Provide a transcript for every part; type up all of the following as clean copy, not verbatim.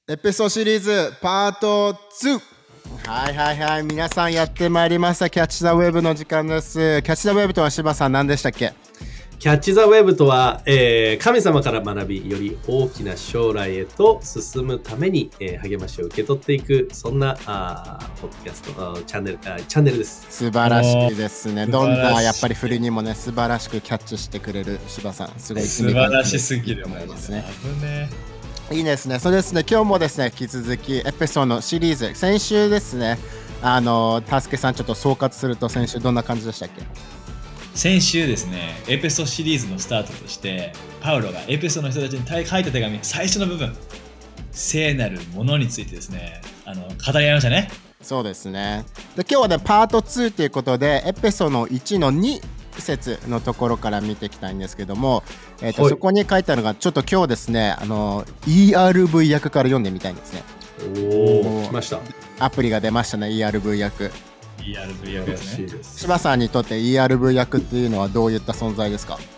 エピソードシリーズパート2。はい、皆さんやってまいりました。キャッチザウェブの時間です。キャッチザウェブとは柴さん何でしたっけ？ キャッチザウェブとは、神様から学びより大きな将来へと進むために、励ましを受け取っていく、そんなポッドキャストチャンネルです。 素晴らしいですね。どんなやっぱり振りにもね素晴らしくキャッチしてくれる柴さん、すごい素晴らしすぎると思いますね。 いいいですね。そうですね。今日もですね、引き続きエピソードシリーズ、先週ですね、タスケさんちょっと総括すると先週どんな感じでしたっけ？ 先週ですね、エペソシリーズのスタートとしてパウロがエペソの人たちに書いた手紙最初の部分、聖なるものについてですね、語り合いましたね。 そうですね。で今日はねパート2ということでエペソの1の2節のところから見ていきたいんですけども、そこに書いてあるのがちょっと今日ですねERV 訳から読んでみたいんですね。 おー、来ました。 アプリが出ましたね。 ERV 訳。 ERV ですね。 柴さんにとって ERV 訳っていうのはどういった存在ですか？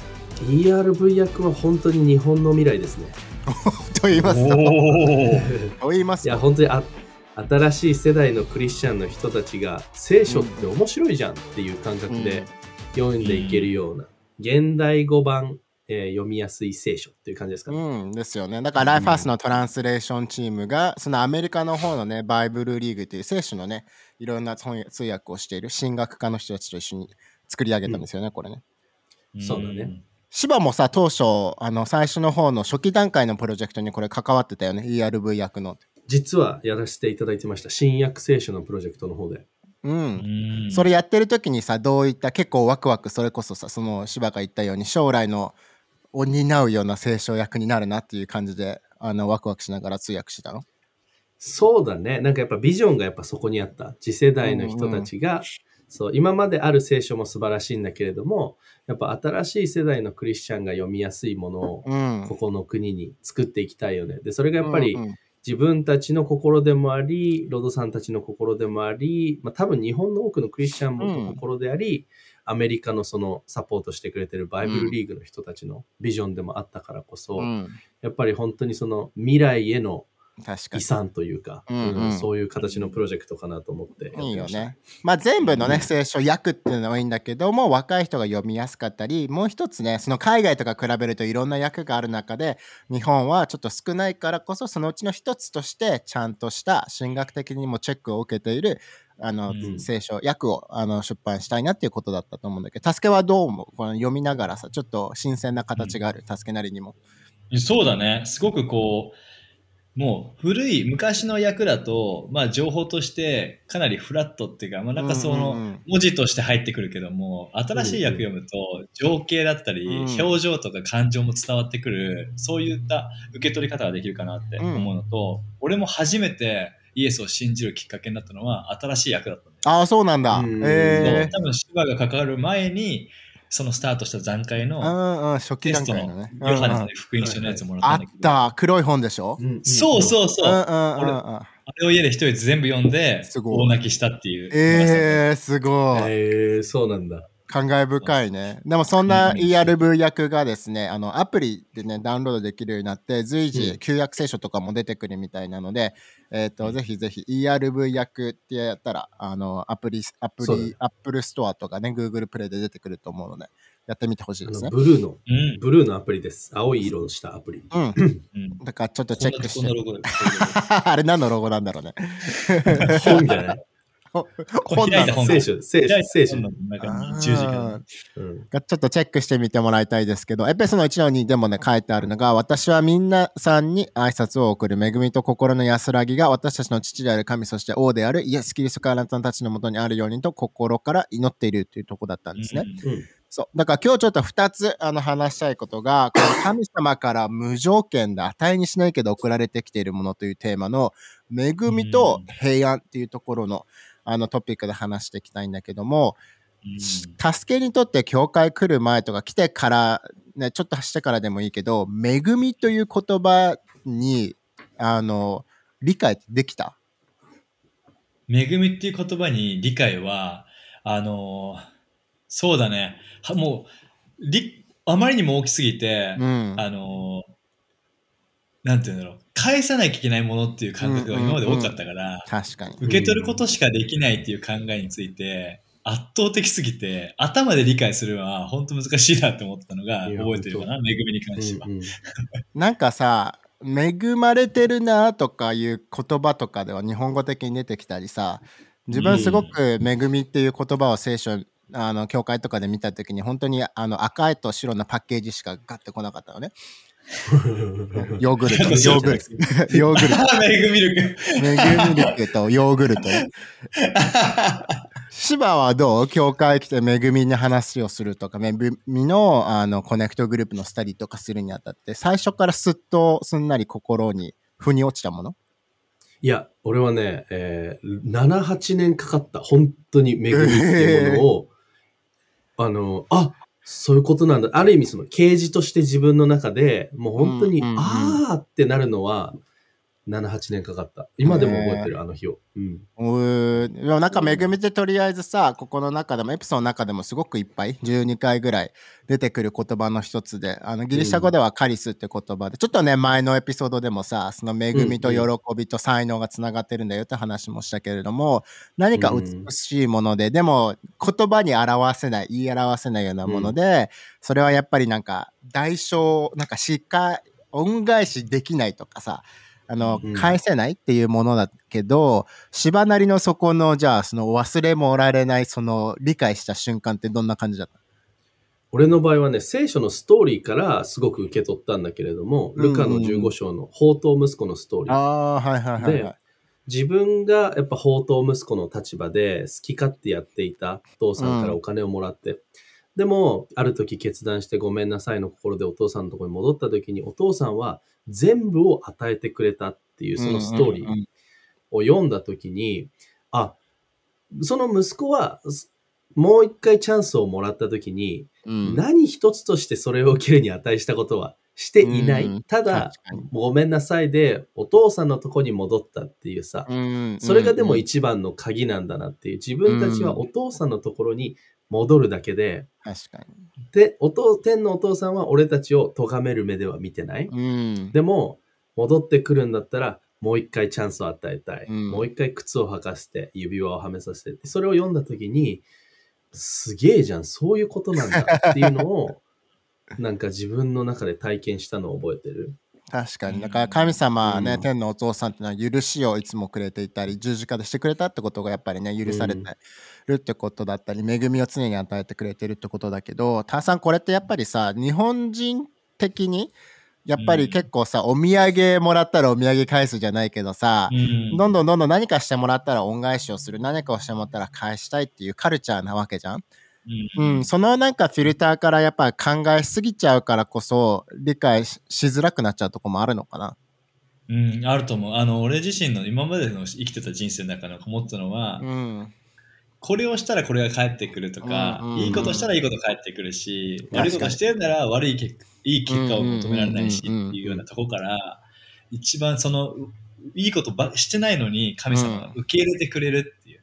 ERV 訳は本当に日本の未来ですね。 と言いますとと言いますといや本当に新しい世代のクリスチャンの人たちが聖書って面白いじゃんっていう感覚で読んでいけるような、現代語版、読みやすい聖書っていう感じですかね。 ですよね。だからライフハースのトランスレーションチームがそのアメリカの方のねバイブルリーグという聖書のねいろんな通訳をしている神学科の人たちと一緒に作り上げたんですよね、これね。 そうだね。 柴もさ当初最初の方の初期段階のプロジェクトにこれ関わってたよね。 ERV 訳の。 実はやらせていただいてました。新約聖書のプロジェクトの方で。 それやってる時にさどういった結構ワクワク、それこそさその柴が言ったように将来のを担うような聖書役になるなっていう感じでワクワクしながら通訳してたの？ そうだね。なんかやっぱビジョンがやっぱそこにあった。次世代の人たちが、そう今まである聖書も素晴らしいんだけれども、やっぱ新しい世代のクリスチャンが読みやすいものをここの国に作っていきたいよね。でそれがやっぱり自分たちの心でもあり、ロドさんたちの心でもあり、多分日本の多くのクリスチャンの心であり、アメリカのそのサポートしてくれてるバイブルリーグの人たちのビジョンでもあったからこそ、やっぱり本当にその未来への遺産というか、そういう形のプロジェクトかなと思ってやってました。いいよね。全部のね、聖書訳っていうのはいいんだけども、若い人が読みやすかったり、もう一つね、その海外とか比べるといろんな訳がある中で、日本はちょっと少ないからこそ、そのうちの一つとしてちゃんとした神学的にもチェックを受けている聖書訳を出版したいなっていうことだったと思うんだけど、助けはどう思う？この読みながらさ、ちょっと新鮮な形がある、助けなりにも。 そうだね。すごくこうもう古い昔の訳だと、情報としてかなりフラットっていうか、なんかその文字として入ってくるけども、新しい訳読むと情景だったり、表情とか感情も伝わってくる、そういった受け取り方ができるかなって思うのと、俺も初めてイエスを信じるきっかけになったのは新しい訳だったんだよ。 そうなんだ。 多分シュバが関わる前にそのスタートした段階の初期段階のね、 ヨハネの福音書のやつもらったんだけど、 あった黒い本でしょ？ そう、あれを家で一人で全部読んで大泣きしたっていう。 すごい。 そうなんだ。 感慨深いね。でもそんな ERV 訳がですね、アプリでねダウンロードできるようになって随時旧約聖書とかも出てくるみたいなので、ぜひぜひ ERV 訳ってやったらアプリApple ストアとかね Google プレイで出てくると思うのでやってみてほしいですね。 ブルーのアプリです。青い色をしたアプリ。 だからちょっとチェックして。あれ何のロゴなんだろうね。 本じゃない。 本なの？ 聖書の中に十字架ちょっとチェックしてみてもらいたいですけど、エペソの1の2でもね書いてあるのが、私は皆さんに挨拶を送る恵みと心の安らぎが私たちの父である神、そして王であるイエス・キリストからあなたたちのもとにあるようにと心から祈っているというところだったんですね。そうだから今日ちょっと2つ話したいことが、この神様から無条件で値にしないけど送られてきているものというテーマの恵みと平安っていうところのトピックで話していきたいんだけども、助けにとって教会来る前とか来てからね、ちょっとしてからでもいいけど、恵みという言葉に理解できた？ 恵みっていう言葉に理解はそうだね、もうあまりにも大きすぎて、 なんていうんだろう、返さなきゃいけないものっていう感覚が今まで多かったから、 確かに。 受け取ることしかできないっていう考えについて、圧倒的すぎて、頭で理解するのは本当難しいなって思ったのが覚えてるかな、めぐみに関しては。 なんかさ、恵まれてるなとかいう言葉とかでは日本語的に出てきたりさ、自分すごく恵みっていう言葉を聖書、教会とかで見たときに本当に赤いと白のパッケージしかガッてこなかったのね。ヨーグルト、ヨーグルト、ヨーグルト、 めぐみルク。 めぐみルクとヨーグルト。芝はどう？教会来て恵みに話をするとか、恵みのコネクトグループのスタディとかするにあたって、最初からすっとすんなり心に腑に落ちたもの？ いや、俺はね、7、8年かかった。本当に恵みっていうものを、そういうことなんだ。ある意味その啓示として自分の中でもう本当に、あーってなるのは7、8年かかった。今でも覚えてる、あの日を。 なんか恵みってとりあえずさ、ここの中でもエピソードの中でもすごくいっぱい12回ぐらい出てくる言葉の一つで、ギリシャ語ではカリスって言葉で、ちょっとね前のエピソードでもさ、その恵みと喜びと才能がつながってるんだよって話もしたけれども、何か美しいもので、でも言葉に表せない、言い表せないようなもので、それはやっぱりなんか代償、なんか恩返しできないとかさ、返せないっていうものだけど、芝なりのそこの、じゃあ、その忘れもられない、その理解した瞬間ってどんな感じだった？ 俺の場合はね、聖書のストーリーからすごく受け取ったんだけれども、ルカの15章の放蕩息子のストーリー。で、自分がやっぱ放蕩息子の立場で好き勝手やっていたお父さんからお金をもらって、でも、ある時決断してごめんなさいの心でお父さんのところに戻った時に、お父さんは全部を与えてくれたっていうそのストーリーを読んだ時に、その息子はもう一回チャンスをもらった時に、何一つとしてそれを受けるに値したことはしていない。ただ、ごめんなさいでお父さんのとこに戻ったっていうさ、それがでも一番の鍵なんだなっていう、自分たちはお父さんのところに戻るだけで、 確かに。 で、天のお父さんは俺たちを咎める目では見てない。でも、戻ってくるんだったら、もう一回チャンスを与えたい。もう一回靴を履かせて、指輪をはめさせて。それを読んだときに、すげえじゃん、そういうことなんだっていうのを、なんか自分の中で体験したのを覚えてる。 確かに。だから神様ね、天のお父さんってのは許しをいつもくれていたり、十字架でしてくれたってことがやっぱりね、許されてるってことだったり、恵みを常に与えてくれてるってことだけど、ターさんこれってやっぱりさ、日本人的にやっぱり結構さ、お土産もらったらお土産返すじゃないけどさ、どんどん何かしてもらったら恩返しをする、何かをしてもらったら返したいっていうカルチャーなわけじゃん。そのなんかフィルターからやっぱ考えすぎちゃうからこそ理解 しづらくなっちゃうとこもあるのかな。 あると思う。俺自身の今までの生きてた人生の中の思ったのは、これをしたらこれが返ってくるとか、いいことしたらいいこと返ってくるし、悪いことしてるならいい結果を求められないしっていうようなとこから、一番そのいいことしてないのに神様が受け入れてくれるっていう、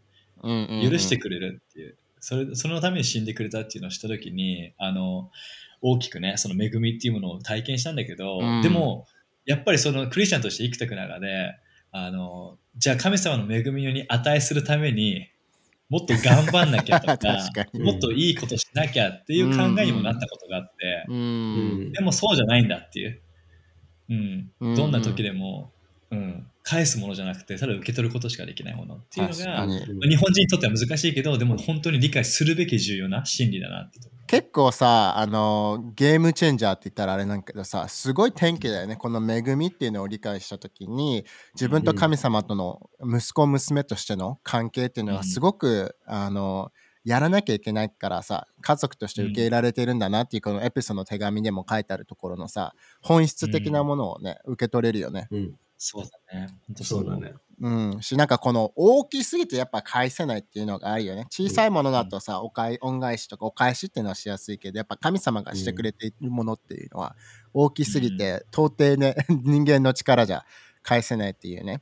許してくれるっていう、そのために死んでくれたっていうのをしたときに、大きくね、その恵みっていうものを体験したんだけど、でもやっぱりそのクリスチャンとして生きていく中で、じゃあ神様の恵みに値するためにもっと頑張んなきゃとかもっといいことしなきゃっていう考えにもなったことがあって、でもそうじゃないんだっていう、どんな時でも、返すものじゃなくてただ受け取ることしかできないものっていうのが日本人にとっては難しいけど、でも本当に理解するべき重要な真理だなって。 結構さ、ゲームチェンジャーって言ったらあれなんけどさ、すごい転機だよね。この恵みっていうのを理解したときに、自分と神様との息子娘としての関係っていうのはすごく、やらなきゃいけないからさ、家族として受け入れられてるんだなっていう、このエピソードの手紙でも書いてあるところのさ、本質的なものをね、受け取れるよね。 そうだね。 本当そうだね。 なんかこの大きすぎてやっぱ返せないっていうのがあるよね。小さいものだとさ、恩返しとかお返しっていうのはしやすいけど、やっぱ神様がしてくれているものっていうのは大きすぎて、到底ね、人間の力じゃ返せないっていうね。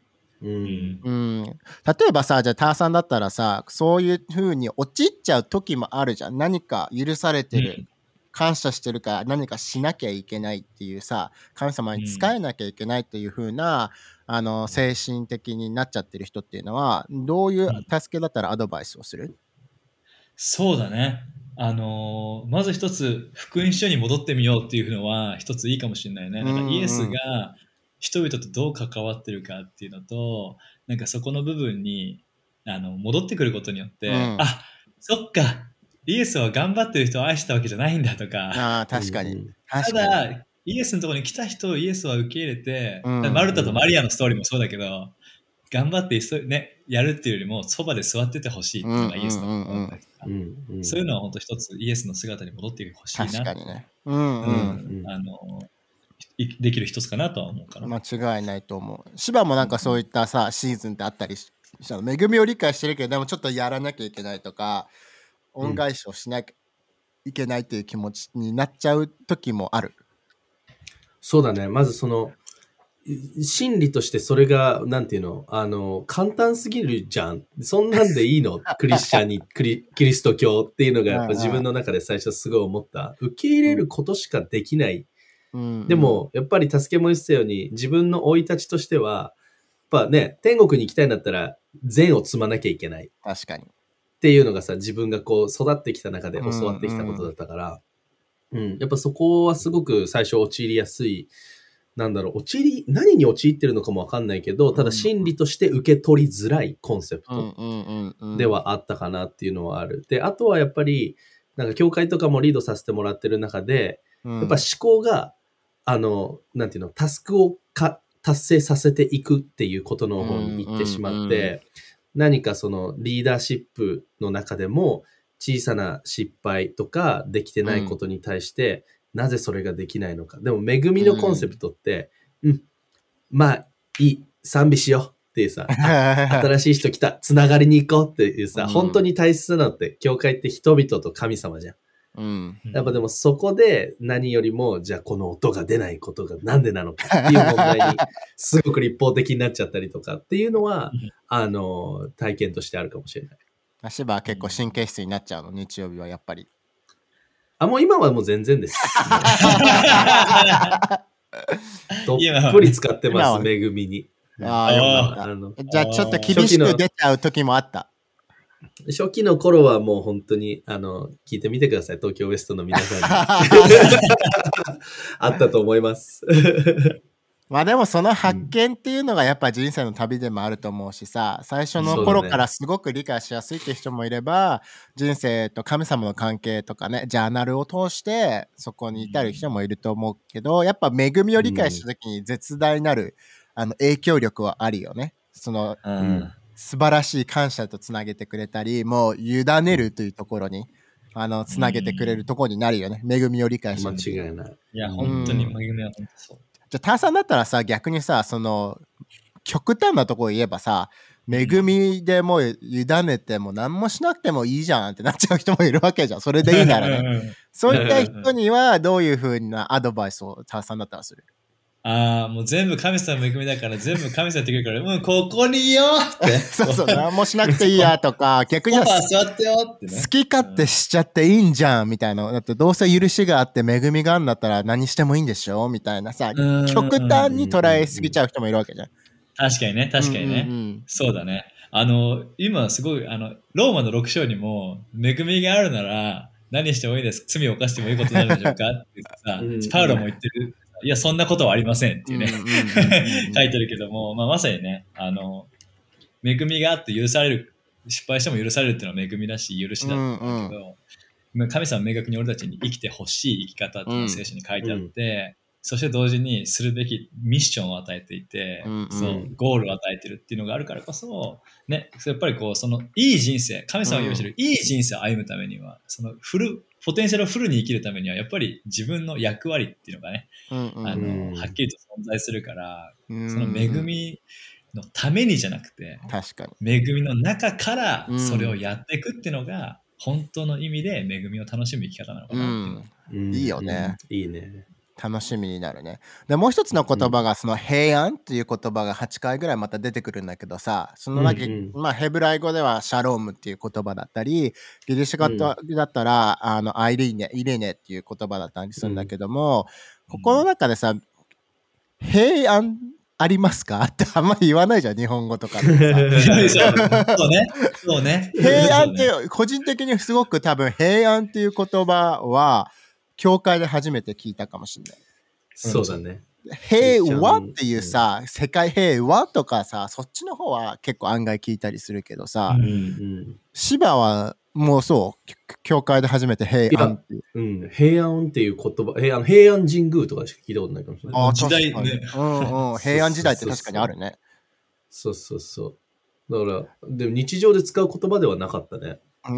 例えばさ、じゃあターさんだったらさ、そういう風に陥っちゃう時もあるじゃん。何か許されてる感謝してるから何かしなきゃいけないっていうさ、神様に仕えなきゃいけないっていう風な、精神的になっちゃってる人っていうのは、どういう助けだったらアドバイスをする？ そうだね。まず一つ、福音書に戻ってみようっていうのは一ついいかもしれないね。なんかイエスが人々とどう関わってるかっていうのと、なんかそこの部分に戻ってくることによって、あ、そっか、イエスは頑張ってる人を愛したわけじゃないんだとか、 確かに。 ただ、イエスのところに来た人をイエスは受け入れて、マルタとマリアのストーリーもそうだけど、頑張ってやるっていうよりも、そばで座っててほしいっていうのがイエスのことだったりとか、そういうのは本当一つイエスの姿に戻ってほしいな。 確かにね。 できる一つかなとは思うかな。 間違いないと思う。芝もなんかそういったさ、シーズンってあったりしたの？恵みを理解してるけど、でもちょっとやらなきゃいけないとか、恩返しをしなきゃいけないっていう気持ちになっちゃう時もある。 そうだね。まずその、心理としてそれが、なんていうの、簡単すぎるじゃん。そんなんでいいのクリスチャンに、キリスト教っていうのがやっぱ自分の中で最初すごい思った。受け入れることしかできない。でも、やっぱり助けも言ってたように、自分の生い立ちとしては、やっぱね、天国に行きたいんだったら、善を積まなきゃいけない。 確かに。 っていうのがさ、自分がこう育ってきた中で教わってきたことだったから、やっぱそこはすごく最初陥りやすい。何に陥ってるのかもわかんないけど、ただ心理として受け取りづらいコンセプトではあったかなっていうのはある。で、あとはやっぱり、なんか教会とかもリードさせてもらってる中で、やっぱ思考が、なんていうの、タスクを達成させていくっていうことの方に行ってしまって、何かそのリーダーシップの中でも小さな失敗とかできてないことに対して、なぜそれができないのか。でも、恵みのコンセプトって、まあ、いい、賛美しようっていうさ、新しい人来た、つながりに行こうっていうさ、本当に大切なのって、教会って人々と神様じゃん。やっぱでもそこで何よりも、じゃあこの音が出ないことがなんでなのかっていう問題に、すごく立法的になっちゃったりとかっていうのは、体験としてあるかもしれない。 足場は結構神経質になっちゃうの、日曜日はやっぱり。 もう今はもう全然です。どっぷり使ってます、恵みに。 じゃあちょっと厳しく出ちゃう時もあった。 初期の頃はもう本当に、聞いてみてください。東京ウエストの皆さんに。あったと思います。 まあでもその発見っていうのがやっぱ人生の旅でもあると思うしさ、最初の頃からすごく理解しやすいっていう人もいれば、人生と神様の関係とかね、ジャーナルを通してそこに至る人もいると思うけど、やっぱ恵みを理解した時に絶大なる影響力はあるよね。その、素晴らしい感謝とつなげてくれたり、もう委ねるというところにつなげてくれるところになるよね。恵みを理解した時に。 間違いない。 いや、本当に恵みは本当そう。 じゃあ、ターさんだったらさ、逆にさ、その、極端なところ言えばさ、恵みでもう委ねても何もしなくてもいいじゃんってなっちゃう人もいるわけじゃん。それでいいならね。そういった人にはどういうふうなアドバイスをターさんだったらする？ もう全部神様の恵みだから全部神様やってくれるから、ここにいよって。 そう、何もしなくていいやとか、逆には座ってよってね。 好き勝手しちゃっていいんじゃんみたいな。だってどうせ許しがあって恵みがあるんだったら何してもいいんでしょみたいなさ、極端に捉えすぎちゃう人もいるわけじゃん。 確かにね、確かにね。そうだね。今すごい、ローマの6章にも、恵みがあるなら何してもいいです。罪を犯してもいいことになるんでしょうかってさ、パウロも言ってる。いや、そんなことはありませんっていうね、書いてるけども、まさにね、恵みがあって許される、失敗しても許されるっていうのは恵みだし、許しだと思うけど、神様は明確に俺たちに生きてほしい生き方っていうのが聖書に書いてあって、そして同時にするべきミッションを与えていて、そうゴールを与えてるっていうのがあるからこそ、ね、やっぱりこうそのいい人生、神様が用意してるいい人生を歩むためには、そのポテンシャルをフルに生きるためにはやっぱり自分の役割っていうのがね、はっきりと存在するから、その恵みのためにじゃなくて、 確かに恵みの中からそれをやっていくっていうのが、本当の意味で恵みを楽しむ生き方なのかなっていうの、 いいよね。 いいね。 楽しみになるね。で、もう一つの言葉が、その平安っていう言葉が8回ぐらいまた出てくるんだけどさ、そのまあ、ヘブライ語ではシャロームっていう言葉だったり、ギリシャ語だったら、アイレネっていう言葉だったりするんだけども、ここの中でさ、平安ありますかってあんまり言わないじゃん、日本語とかでさ。 そうね。 平安って、個人的にすごく多分平安っていう言葉は、教会で初めて聞いたかもしれない。 そうだね。 平和っていうさ、世界平和とかさ、そっちの方は結構案外聞いたりするけどさ、芝はもうそう、教会で初めて平安っていう。 平安っていう言葉、平安神宮とかしか聞いたことないかもしれない。 時代ね。 平安時代って確かにあるね。 そうそうそう。だから、でも日常で使う言葉ではなかったね。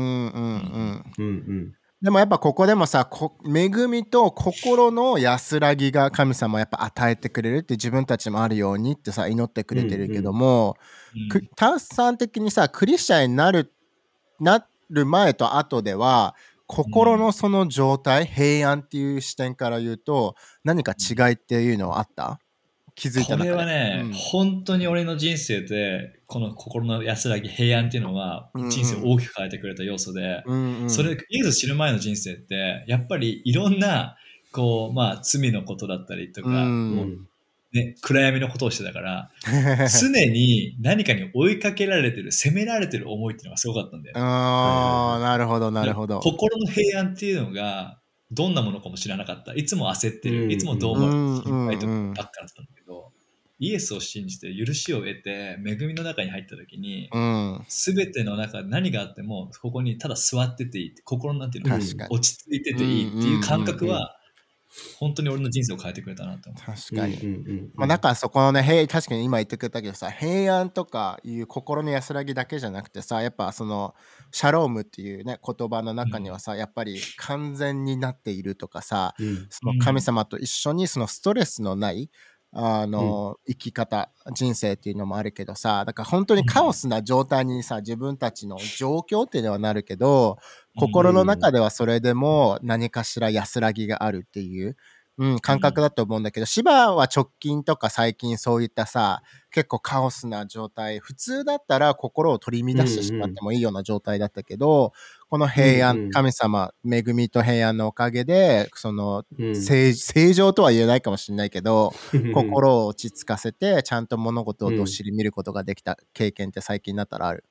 でもやっぱここでもさ、恵みと心の安らぎが神様やっぱ与えてくれるって自分たちもあるようにってさ、祈ってくれてるけども、タスさん的にさ、クリスチャンになる前と後では、心のその状態、平安っていう視点から言うと、何か違いっていうのはあった？気づいた中で。 これはね、本当に俺の人生でこの心の安らぎ平安っていうのは人生を大きく変えてくれた要素で、それイエス知る前の人生ってやっぱりいろんなこう、まあ、罪のことだったりとか、ね、暗闇のことをしてたから常に何かに追いかけられてる責められてる思いっていうのがすごかったんだよ。 なるほどなるほど。 心の平安っていうのがどんなものかも知らなかった。いつも焦ってる、いつもどう思う心配とかばっかだったんだけど、イエスを信じて許しを得て恵みの中に入った時に、全ての中で何があってもここにただ座ってていい、心なんていうの落ち着いてていいっていう感覚は本当に俺の人生を変えてくれたなと思う。 確かに。まあなんかそこのね、確かに今言ってくれたけどさ、平安とかいう心の安らぎだけじゃなくてさ、やっぱそのシャロームっていうね言葉の中にはさ、やっぱり完全になっているとかさ、その神様と一緒にそのストレスのない生き方、人生っていうのもあるけどさ、だから本当にカオスな状態にさ、自分たちの状況っていうのはなるけど、心の中ではそれでも何かしら安らぎがあるっていう、感覚だと思うんだけど、芝は直近とか最近そういったさ、結構カオスな状態、普通だったら心を取り乱してしまってもいいような状態だったけど、この平安、神様、恵みと平安のおかげで、その、正常とは言えないかもしれないけど、心を落ち着かせて、ちゃんと物事をどっしり見ることができた経験って最近だったらある？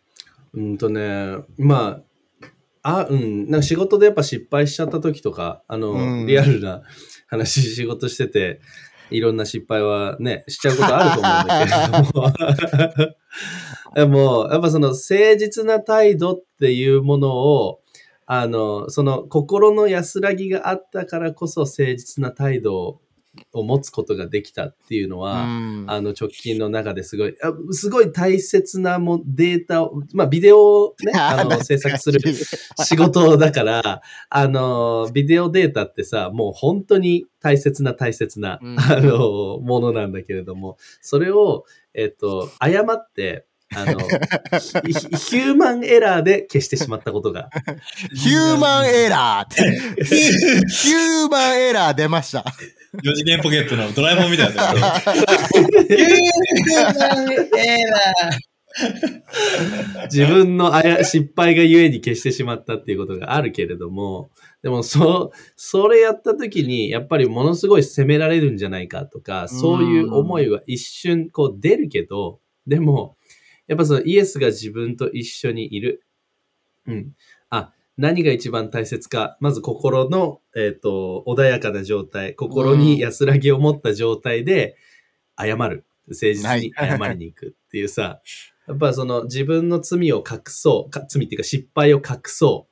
まあ、なんか仕事でやっぱ失敗しちゃった時とか、リアルな話、仕事してて、いろんな失敗はね、しちゃうことあると思うんだけれども、でも、やっぱその誠実な態度っていうものを、その心の安らぎがあったからこそ誠実な態度を持つことができたっていうのは、直近の中ですごい大切なデータを、まあ、ビデオをね、制作する仕事だから、ビデオデータってさ、もう本当に大切な、ものなんだけれども、それを、誤って、ヒューマンエラーで消してしまったことが。 ヒューマンエラーって。ヒューマンエラー出ました。 4次元ポケットのドラえもんみたいな。ヒューマンエラー。自分の失敗がゆえに消してしまったっていうことがあるけれども、でもそれやった時にやっぱりものすごい責められるんじゃないかとか、そういう思いは一瞬こう出るけど、でも、やっぱそのイエスが自分と一緒にいる。何が一番大切か。まず心の、穏やかな状態。心に安らぎを持った状態で謝る。誠実に謝りに行くっていうさ。やっぱその自分の罪を隠そう。罪っていうか失敗を隠そう。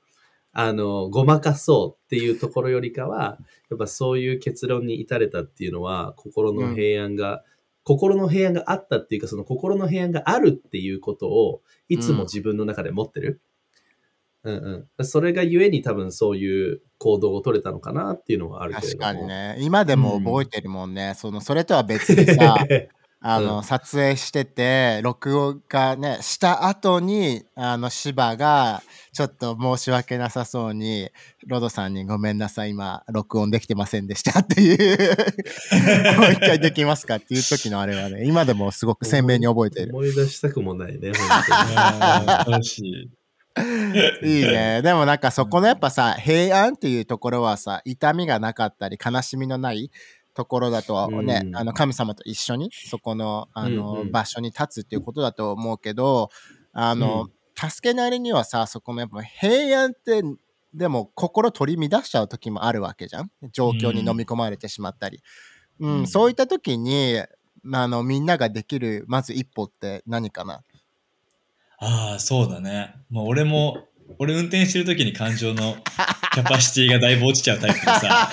ごまかそうっていうところよりかは、やっぱそういう結論に至れたっていうのは、心の平安があったっていうか、その心の平安があるっていうことを、いつも自分の中で持ってる。それがゆえに多分そういう行動を取れたのかなっていうのはあるけれども。 確かにね。今でも覚えてるもんね。それとは別にさ、 撮影してて、録音がね、した後に、芝が、ちょっと申し訳なさそうに、ロドさんにごめんなさい、今、録音できてませんでしたっていうもう一回できますかっていう時のあれはね、今でもすごく鮮明に覚えている。 思い出したくもないね、 楽しい。 いいね。でもなんかそこのやっぱさ、平安っていうところはさ、痛みがなかったり、悲しみのないところだとね、神様と一緒にそこの、場所に立つっていうことだと思うけど、助けなりにはさ、そこのやっぱ平安って、でも心取り乱しちゃう時もあるわけじゃん。状況に飲み込まれてしまったり。そういった時に、みんなができる、まず一歩って何かな？ ああ、そうだね。俺運転してる時に感情のキャパシティがだいぶ落ちちゃうタイプでさ、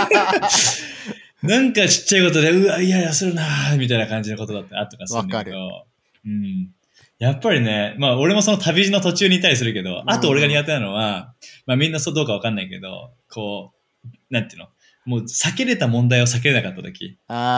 なんかちっちゃいことで、うわ、イライラするなーみたいな感じのことだってあったかするんだけど、やっぱりね、俺もその旅路の途中にいたりするけど、あと俺が苦手なのは、みんなそうどうかわかんないけど、こう、なんていうの、もう避けれた問題を避けれなかった時。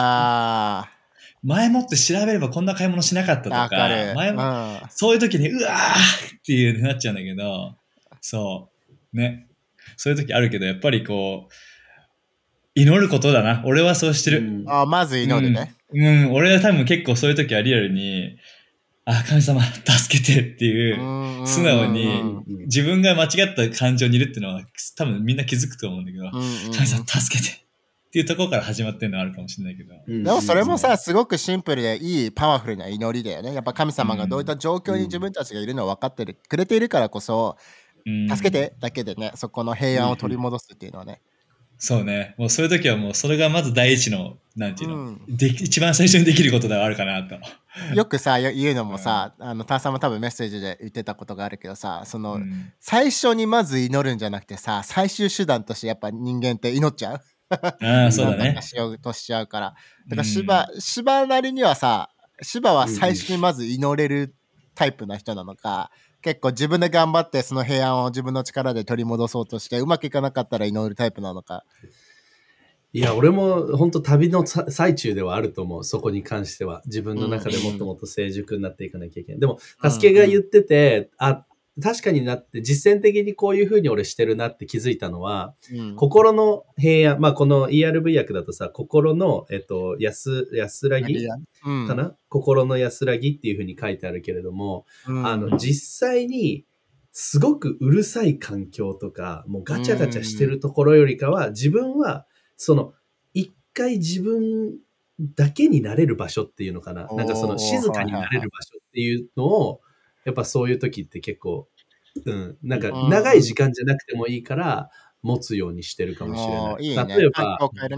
前もって調べればこんな買い物しなかったとか、そういう時にうわーっていうなっちゃうんだけど、そうね、そういう時あるけど、やっぱりこう祈ることだな。俺はそうしてる。 まず祈るね。 俺は多分結構そういう時はリアルに、神様助けてっていう素直に自分が間違った感情にいるっていうのは多分みんな気づくと思うんだけど、神様助けてっていうところから始まってるのはあるかもしれないけど。 でもそれもさ、すごくシンプルでいいパワフルな祈りだよね。やっぱ神様がどういった状況に自分たちがいるのを分かってくれているからこそ、助けてだけでね、そこの平安を取り戻すっていうのはね。 そうね。もうそういう時はもうそれがまず第一の、なんていうの、一番最初にできることではあるかなと。 よくさ、言うのもさ、ターさんも多分メッセージで言ってたことがあるけどさ、最初にまず祈るんじゃなくてさ、最終手段としてやっぱ人間って祈っちゃう。 そうだね。 しようとしちゃうから。だから芝なりにはさ、芝は最初にまず祈れるタイプな人なのか、結構自分で頑張ってその平安を自分の力で取り戻そうとしてうまくいかなかったら祈るタイプなのか。 いや、俺も本当旅の最中ではあると思う。そこに関しては。自分の中でもっともっと成熟になっていかなきゃいけない。でも、助けが言ってて、確かになって実践的にこういう風に俺してるなって気づいたのは、心の平安、この ERV 訳だとさ、心の、安らぎかな、心の安らぎっていう風に書いてあるけれども、実際にすごくうるさい環境とか、もうガチャガチャしてるところよりかは、自分は一回自分だけになれる場所っていうのかな。なんか静かになれる場所っていうのを、やっぱそういう時って結構、なんか長い時間じゃなくてもいいから持つようにしてるかもしれない。 いいね、 例えば、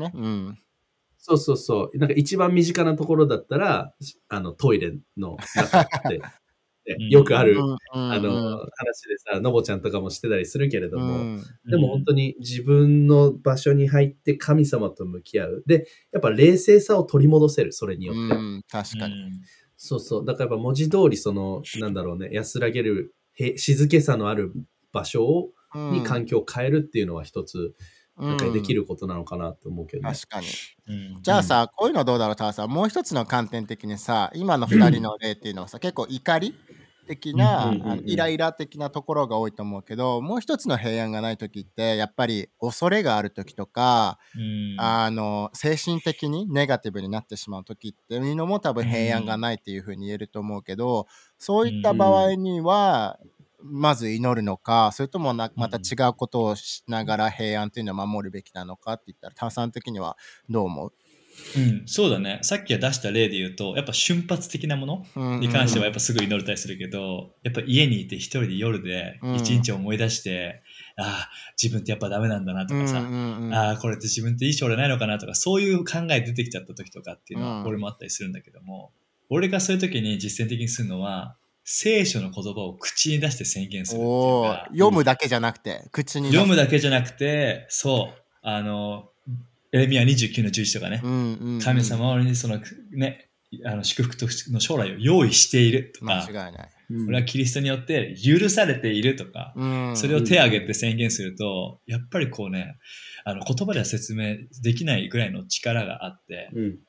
そう。なんか一番身近なところだったら、トイレの中ってよくある、話でさ、のぼちゃんとかもしてたりするけれども、でも本当に自分の場所に入って神様と向き合う。で、やっぱ冷静さを取り戻せる、それによって。 確かに。 そう。だからやっぱ文字通りなんだろうね、安らげる、静けさのある場所に環境を変えるっていうのは一つ、なんかできることなのかなって思うけどね。 確かに。じゃあさ、こういうのどうだろう、タワさん。もう一つの観点的にさ、今の2人の例っていうのはさ、結構怒り的な、イライラ的なところが多いと思うけど、もう一つの平安がない時ってやっぱり恐れがある時とか、精神的にネガティブになってしまう時っていうのも多分平安がないっていうふうに言えると思うけど、そういった場合にはまず祈るのか、それともまた違うことをしながら平安っていうのを守るべきなのかって言ったら、タワさん的にはどう思う？ そうだね。さっきは出した例で言うと、やっぱ瞬発的なものに関してはやっぱすぐ祈れたりするけど、やっぱ家にいて一人で夜で一日を思い出して、自分ってやっぱダメなんだなとかさ、これって自分っていい将来ないのかなとか、そういう考え出てきちゃった時とかっていうのは俺もあったりするんだけども、俺がそういう時に実践的にするのは、聖書の言葉を口に出して宣言するっていうか、 読むだけじゃなくて口に出す。 読むだけじゃなくて、そうエレミア29の11とかね、神様は俺に祝福の将来を用意しているとか、 間違いない。 俺はキリストによって許されているとか、それを手を挙げて宣言すると、やっぱりこうね、言葉では説明できないぐらいの力があって、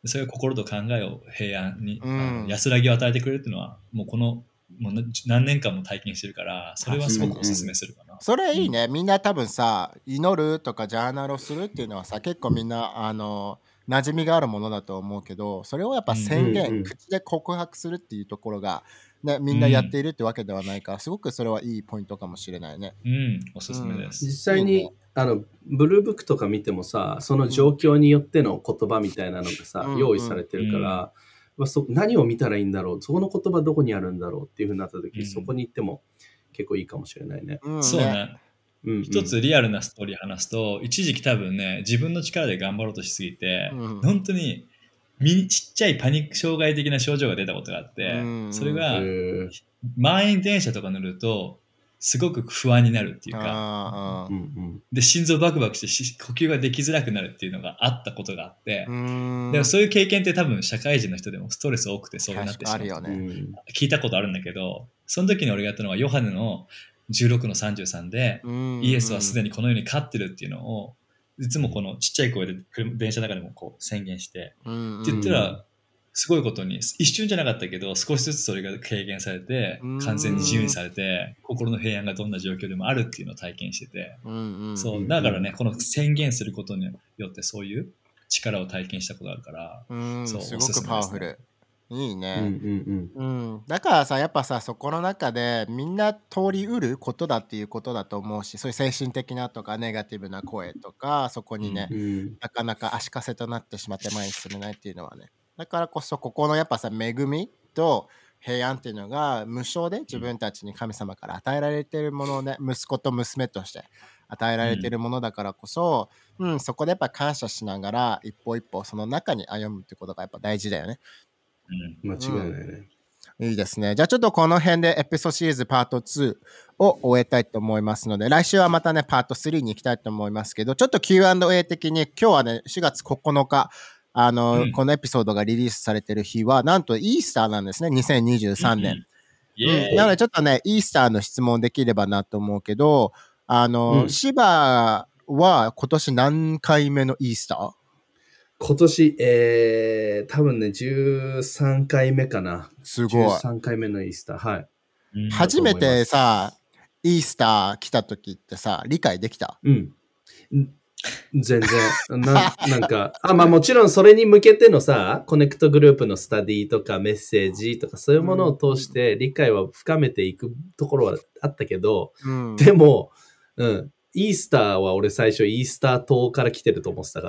そういう心と考えを平安に、 うん安らぎを与えてくれるっていうのは、もうもう何年間も体験してるから、それはすごくおすすめするかな。 それいいね。みんな多分さ、祈るとかジャーナルをするっていうのはさ、結構みんな、馴染みがあるものだと思うけど、それをやっぱ宣言、 うんうん口で告白するっていうところが、ね、みんなやっているってわけではないから、すごくそれはいいポイントかもしれないね。 おすすめです。 実際に、 いいねブルーブックとか見てもさ、その状況によっての言葉みたいなのがさ、 うん用意されてるから、何を見たらいいんだろう、そこの言葉どこにあるんだろうっていうふうになった時、そこに行っても結構いいかもしれないね。 そうね。 うんうん一つリアルなストーリー話すと、一時期多分ね、自分の力で頑張ろうとしすぎて、本当にちっちゃいパニック障害的な症状が出たことがあって、それが満員電車とか乗るとすごく不安になるっていうか、で心臓バクバクして呼吸ができづらくなるっていうのがあったことがあって、でもそういう経験って多分社会人の人でもストレス多くてそうなってしまう、聞いたことあるんだけど、その時に俺がやったのはヨハネの16の33で、イエスはすでにこの世に勝ってるっていうのをいつもこのちっちゃい声で電車の中でもこう宣言して、って言ったらすごいことに一瞬じゃなかったけど少しずつそれが軽減されて完全に自由にされて心の平安がどんな状況でもあるっていうのを体験してて、そうだからねこの宣言することによってそういう力を体験したことがあるから、そうすごくパワフル。いいね。だからさ、やっぱさ、そこの中でみんな通りうることだっていうことだと思うし、そういう精神的なとかネガティブな声とか、そこにね、なかなか足かせとなってしまって前に進めないっていうのはね。だからこそ、ここのやっぱさ、恵みと平安っていうのが無償で自分たちに神様から与えられているものをね、息子と娘として与えられているものだからこそ、そこでやっぱ感謝しながら一歩一歩その中に歩むってことがやっぱ大事だよね。 間違いないね。 いいですね。じゃあちょっとこの辺でエピソードシリーズパート2を終えたいと思いますので、来週はまたね、パート3に行きたいと思いますけど、ちょっと Q&A 的に今日はね、4月9日、このエピソードがリリースされてる日は、なんとイースターなんですね、2023年。なのでちょっとね、イースターの質問できればなと思うけど、芝は今年何回目のイースター？ 今年、多分ね、13回目かな。 すごい。 13回目のイースター。はい。 初めてさ、イースター来た時ってさ、理解できた？ 全然。なんか、まあもちろんそれに向けてのさ、コネクトグループのスタディとかメッセージとかそういうものを通して理解は深めていくところはあったけど、でも、イースターは俺最初イースター島から来てると思ってたから。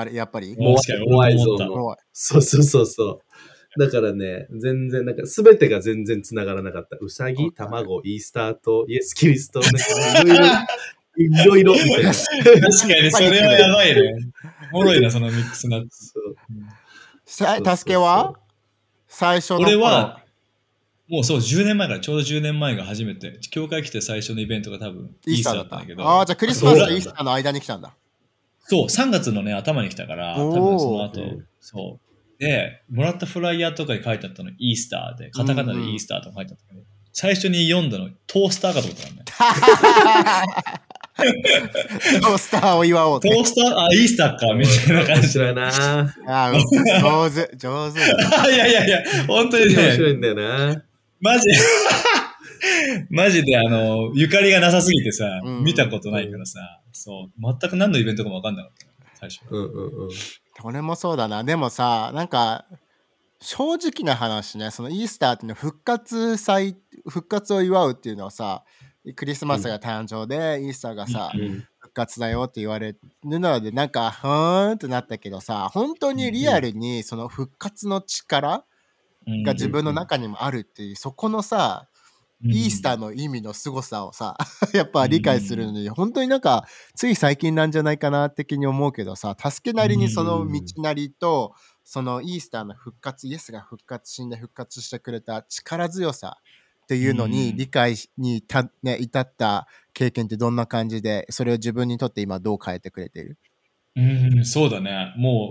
やっぱりモアイゾーンの。そう。だからね、全然、なんか全てが全然繋がらなかった。うさぎ、卵、イースター島、イエス・キリスト、いろいろみたいな。 確かにそれはやばいね。おもろいな、そのミックスナッツ。 助けは最初の俺は、もうそう、10年前から、ちょうど10年前が初めて、教会来て最初のイベントが多分、イースターだったんだけど。 じゃあクリスマスとイースターの間に来たんだ。 そう、3月のね、頭に来たから、多分その後、そう。で、もらったフライヤーとかに書いてあったの、イースターで、カタカナでイースターとか書いてあったけど、最初に読んだの、トースターかと思ったんだね。 トースターを祝おう。 トースターイースターか、みたいな感じ。 面白いな上手。 いや、本当にね。 面白いんだよな。 マジでゆかりがなさすぎてさ、見たことないからさ、そう、全く何のイベントかも分かんなかった、最初。 これもそうだな。でもさ、なんか、正直な話ね、そのイースターっていうの復活を祝うっていうのはさ、クリスマスが誕生で、イースターがさ、復活だよって言われるので、なんか、ってなったけどさ、本当にリアルにその復活の力が自分の中にもあるっていう、そこのさ、イースターの意味の凄さをさ、やっぱ理解するのに、本当になんか、つい最近なんじゃないかな的に思うけどさ、助けなりにその道なりと、そのイースターの復活、イエスが死んで復活してくれた力強さっていうのに理解に至った経験ってどんな感じで、それを自分にとって今どう変えてくれている？ そうだね。も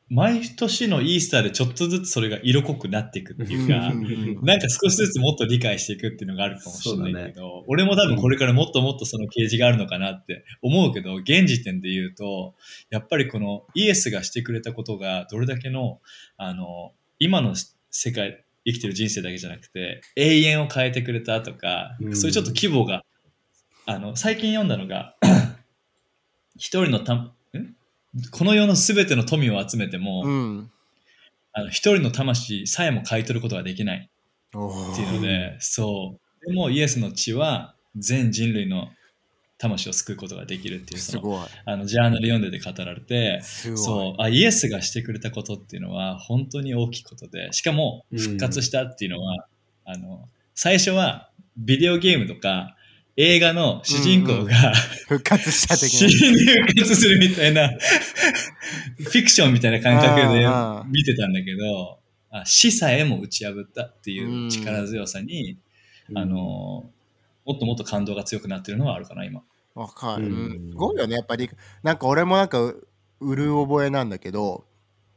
毎年のイースターでちょっとずつそれが色濃くなっていくっていうか、なんか少しずつもっと理解していくっていうのがあるかもしれないけど、俺も多分これからもっともっとその啓示があるのかなって思うけど、現時点で言うと、やっぱりこのイエスがしてくれたことがどれだけの、今の世界、生きてる人生だけじゃなくて、永遠を変えてくれたとか、そういうちょっと規模が、最近読んだのが、一人のこの世のすべての富を集めても、一人の魂さえも買い取ることができないっていうので、そう。でもイエスの血は全人類の魂を救うことができるっていう、そのジャーナル読んでて語られて、そうイエスがしてくれたことっていうのは本当に大きいことで、しかも復活したっていうのは、最初はビデオゲームとか映画の主人公が、 復活した時に死に復活するみたいなフィクションみたいな感覚で見てたんだけど、死さえも打ち破ったっていう力強さに、もっともっと感動が強くなってるのはあるかな今。 わかる。すごいよねやっぱり。なんか俺もなんかうる覚えなんだけど、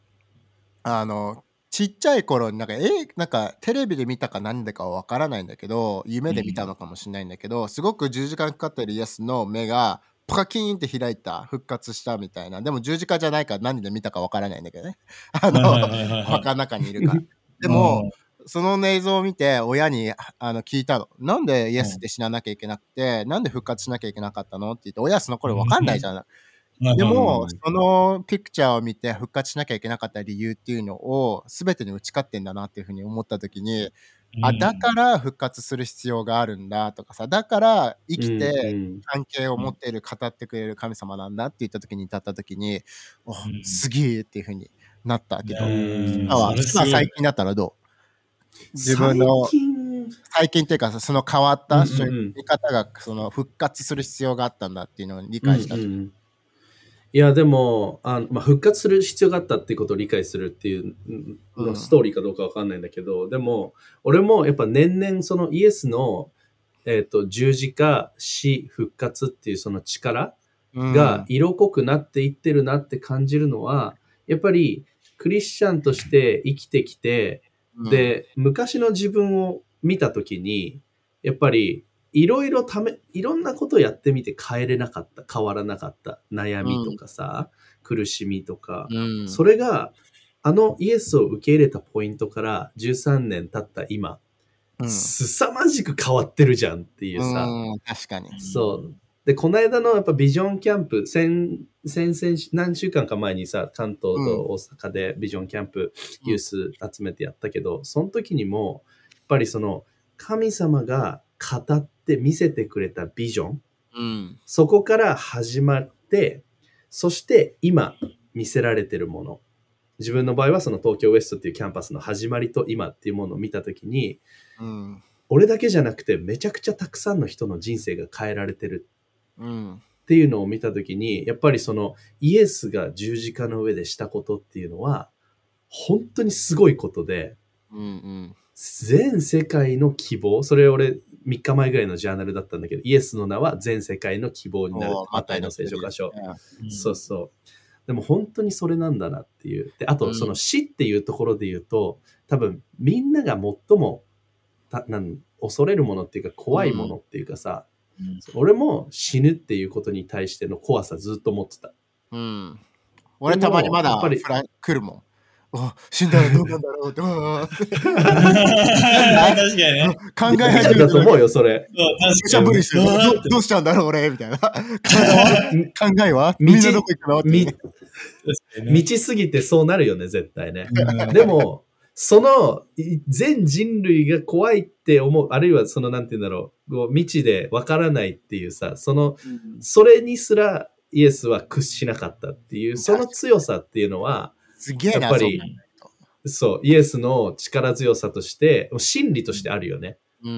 ちっちゃい頃になんかテレビで見たか何でかはわからないんだけど、夢で見たのかもしれないんだけど、すごく十字架にかかってるイエスの目がパキーンって開いた、復活したみたいな。でも十字架じゃないから何で見たかわからないんだけどね。墓の中にいるから。でもその映像を見て親に聞いたの。なんでイエスって死ななきゃいけなくて、なんで復活しなきゃいけなかったのって言って、親はその頃わかんないじゃん。でも、そのピクチャーを見て復活しなきゃいけなかった理由っていうのを全てに打ち勝ってんだなっていうふうに思った時に、だから復活する必要があるんだとかさ、だから生きて関係を持っている、語ってくれる神様なんだって言った時に至った時に、すげえっていうふうになったけど、今最近だったらどう？自分の最近っていうかその変わった見方がその復活する必要があったんだっていうのを理解した。 いやでも復活する必要があったっていうことを理解するっていうのストーリーかどうかわかんないんだけど、でも俺もやっぱ年々そのイエスの、十字架死復活っていうその力が色濃くなっていってるなって感じるのは、やっぱりクリスチャンとして生きてきて、で昔の自分を見た時にやっぱりいろんなことやってみて変わらなかった悩みとかさ、苦しみとか、それがイエスを受け入れたポイントから13年経った今、凄まじく変わってるじゃんっていうさ。 確かに。 そう。で、この間のやっぱビジョンキャンプ、何週間か前にさ、関東と大阪でビジョンキャンプ、ユース集めてやったけど、その時にも、やっぱりその神様が語って見せてくれたビジョン、そこから始まって、そして今見せられてるもの、自分の場合はその東京ウエストっていうキャンパスの始まりと今っていうものを見たときに、俺だけじゃなくてめちゃくちゃたくさんの人の人生が変えられてるっていうのを見たときに、やっぱりそのイエスが十字架の上でしたことっていうのは本当にすごいことで、全世界の希望、それ俺3日前ぐらいのジャーナルだったんだけど、イエスの名は全世界の希望になる。マタイの聖書箇所。そうそう。でも本当にそれなんだなっていう。で、あとその死っていうところで言うと、多分みんなが最も恐れるものっていうか怖いものっていうかさ、俺も死ぬっていうことに対しての怖さずっと持ってた。 俺たまにまだ来るもん。死んだらどうなんだろうって。 確かにね。 考え始めたと思うよ、それ。 めちゃ無理する。どうしたんだろう、俺みたいな。考えはみんなどこ行くのって。 道過ぎてそうなるよね、絶対ね。でも、その全人類が怖いって思う、あるいはそのなんて言うんだろう、未知でわからないっていうさ、それにすらイエスは屈しなかったっていう、その強さっていうのは、やっぱりそうイエスの力強さとして真理としてあるよね。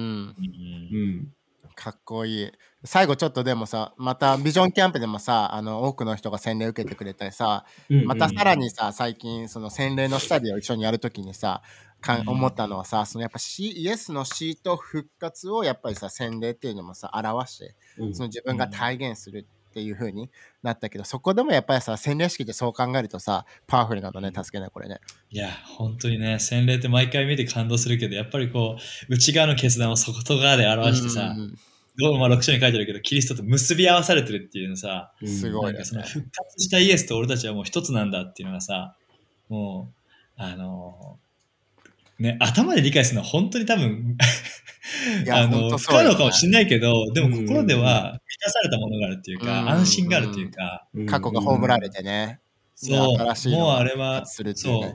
かっこいい。最後ちょっとでもさ、またビジョンキャンプでもさ、多くの人が洗礼受けてくれたりさ、またさらにさ、最近その洗礼のスタディを一緒にやるときにさ、思ったのはさ、そのやっぱイエスの死と復活をやっぱりさ、洗礼っていうのもさ表して、その自分が体現する。 っていう風になったけど、そこでもやっぱりさ、洗礼式ってそう考えるとさ、パワフルなのね、助けね、これね。 いや、本当にね、洗礼って毎回見て感動するけど、やっぱりこう、内側の決断を外側で表してさ、ローマ6章に書いてあるけど、キリストと結び合わされてるっていうのさ、 すごいよね。 なんかその復活したイエスと俺たちはもう一つなんだっていうのがさ、もう、ね、頭で理解するのは本当に多分いや本当不そうよね可能かもしれないけど、でも心では満たされたものがあるっていうか、安心があるっていうか、 過去が葬られてね。 そう、 新しいのがもうあれは、 復活するっていうね。 そう、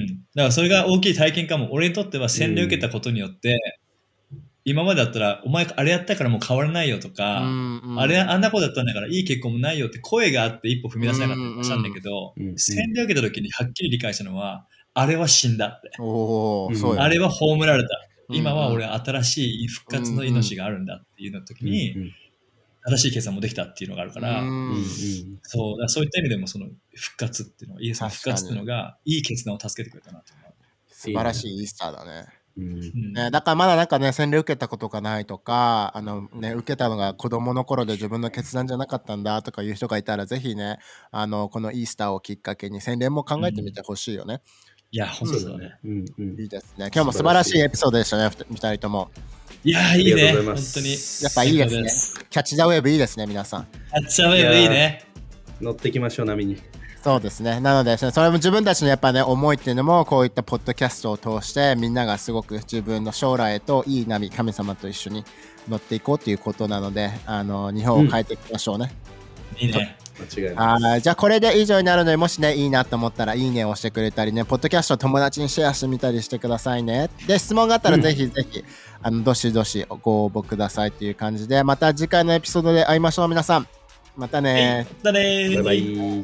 だからそれが大きい体験かも。俺にとっては洗礼を受けたことによって、今までだったら、お前あれやったからもう変わらないよとか、あんなことだったんだからいい結婚もないよって声があって一歩踏み出せなかったりしたんだけど、洗礼を受けた時にはっきり理解したのは、あれは死んだって。あれは葬られた。今は俺は新しい復活の命があるんだっていうの時に、正しい決断もできたっていうのがあるから、そういった意味でもその復活っていうのは、イエスの復活っていうのがいい決断を助けてくれたなっていうのは。 素晴らしいイースターだね。だからまだなんかね、洗礼受けたことがないとか、受けたのが子供の頃で自分の決断じゃなかったんだとかいう人がいたら、ぜひね、このイースターをきっかけに洗礼も考えてみてほしいよね。 いや、本当だね。 いいですね。今日も素晴らしいエピソードでしたね、2人とも。 いや、いいね。本当に。 やっぱいいですね。キャッチ・ザ・ウェーブいいですね、皆さん。 キャッチ・ザ・ウェーブいいね。 乗ってきましょう、波に。 そうですね。なので、それも自分たちのやっぱね、思いっていうのも、こういったポッドキャストを通して、みんながすごく自分の将来へといい波、神様と一緒に乗っていこうということなので、日本を変えていきましょうね。 いいね。 間違いない。 じゃあこれで以上になるので、もしね、いいなと思ったら、いいねを押してくれたりね、ポッドキャストを友達にシェアしてみたりしてくださいね。で、質問があったらぜひぜひ、どしどしご応募くださいという感じで、また次回のエピソードで会いましょう、皆さん。またね。 またね。 バイバイ。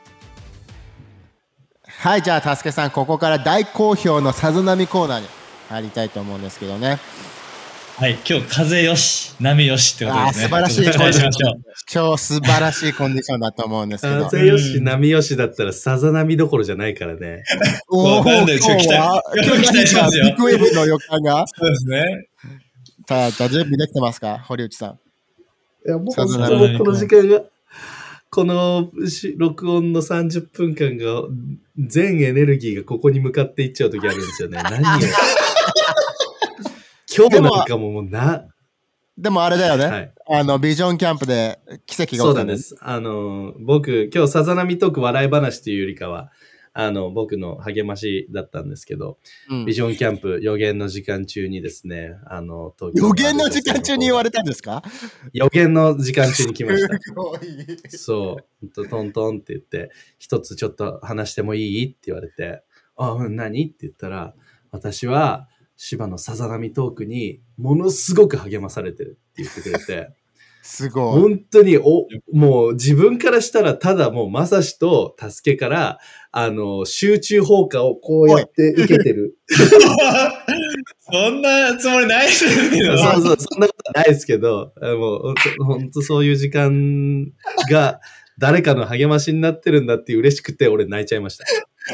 はい、じゃあ、たすけさん、ここから大好評のさざ波コーナーに入りたいと思うんですけどね。 はい、今日風よし、波よしってことですね。 素晴らしいコンディション。今日素晴らしいコンディションだと思うんですけど。 風よし、波よしだったらさざ波どころじゃないからね。 なんで、今日期待しますよ。 ビッグウェーブの予感が。 そうですね。 じゃあ、準備できてますか、堀内さん。 いや、もう本当にこの時間が、この録音の30分間が、全エネルギーがここに向かっていっちゃう時あるんですよね。何を。今日なんかもうでもあれだよね。はい、ビジョンキャンプで奇跡が起きた。 そうなんです。僕、今日さざ波トーク笑い話というよりかは、僕の励ましだったんですけど、ビジョンキャンプ予言の時間中にですね、 予言の時間中に言われたんですか？ 予言の時間中に来ました。そう、トントンって言って、一つちょっと話してもいいって言われて、何って言ったら、私は芝のさざ波トークにものすごく励まされてるって言ってくれて、 すごい。 本当にもう自分からしたらただもうまさしと助けから集中放火をこうやって受けてる。 そんなつもりないですけど。 そう、そんなことないですけど、もう本当そういう時間が誰かの励ましになってるんだって嬉しくて俺泣いちゃいました。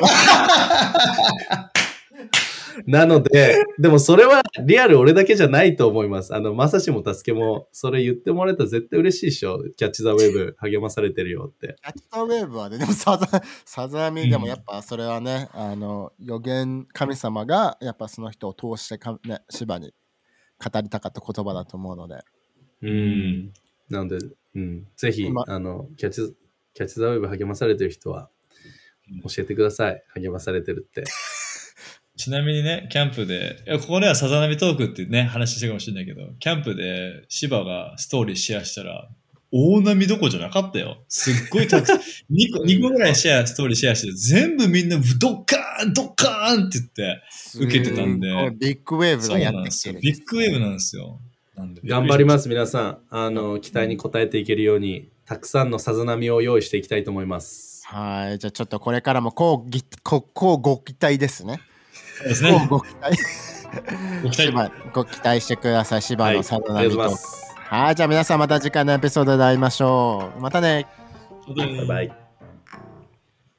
なので、でもそれはリアル俺だけじゃないと思います。まさしもたすけも、それ言ってもらえたら絶対嬉しいでしょ。キャッチザウェーブ励まされてるよって。 キャッチザウェーブはね、でもさざ波でもやっぱそれはね、予言神様がやっぱその人を通してね、芝に語りたかった言葉だと思うので。 なので、ぜひ、キャッチザウェーブ励まされてる人は教えてください。励まされてるって。 ちなみにね、キャンプで、ここではさざ波トークってね、話してるかもしれないけど、キャンプで芝がストーリーシェアしたら、大波どころじゃなかったよ。すっごいたくさん、2個ぐらいストーリーシェアして、全部みんなドッカーンドッカーンって言って受けてたんで。 ビッグウェーブがやってきてる。 ビッグウェーブなんですよ。 頑張ります、皆さん。期待に応えていけるように、たくさんのさざ波を用意していきたいと思います。 はい。じゃあちょっとこれからもこうご期待ですね。 そうですね。 ご期待してください。芝のさざ波と。はい、じゃあ皆さんまた次回のエピソードで会いましょう。またね。 バイバイ。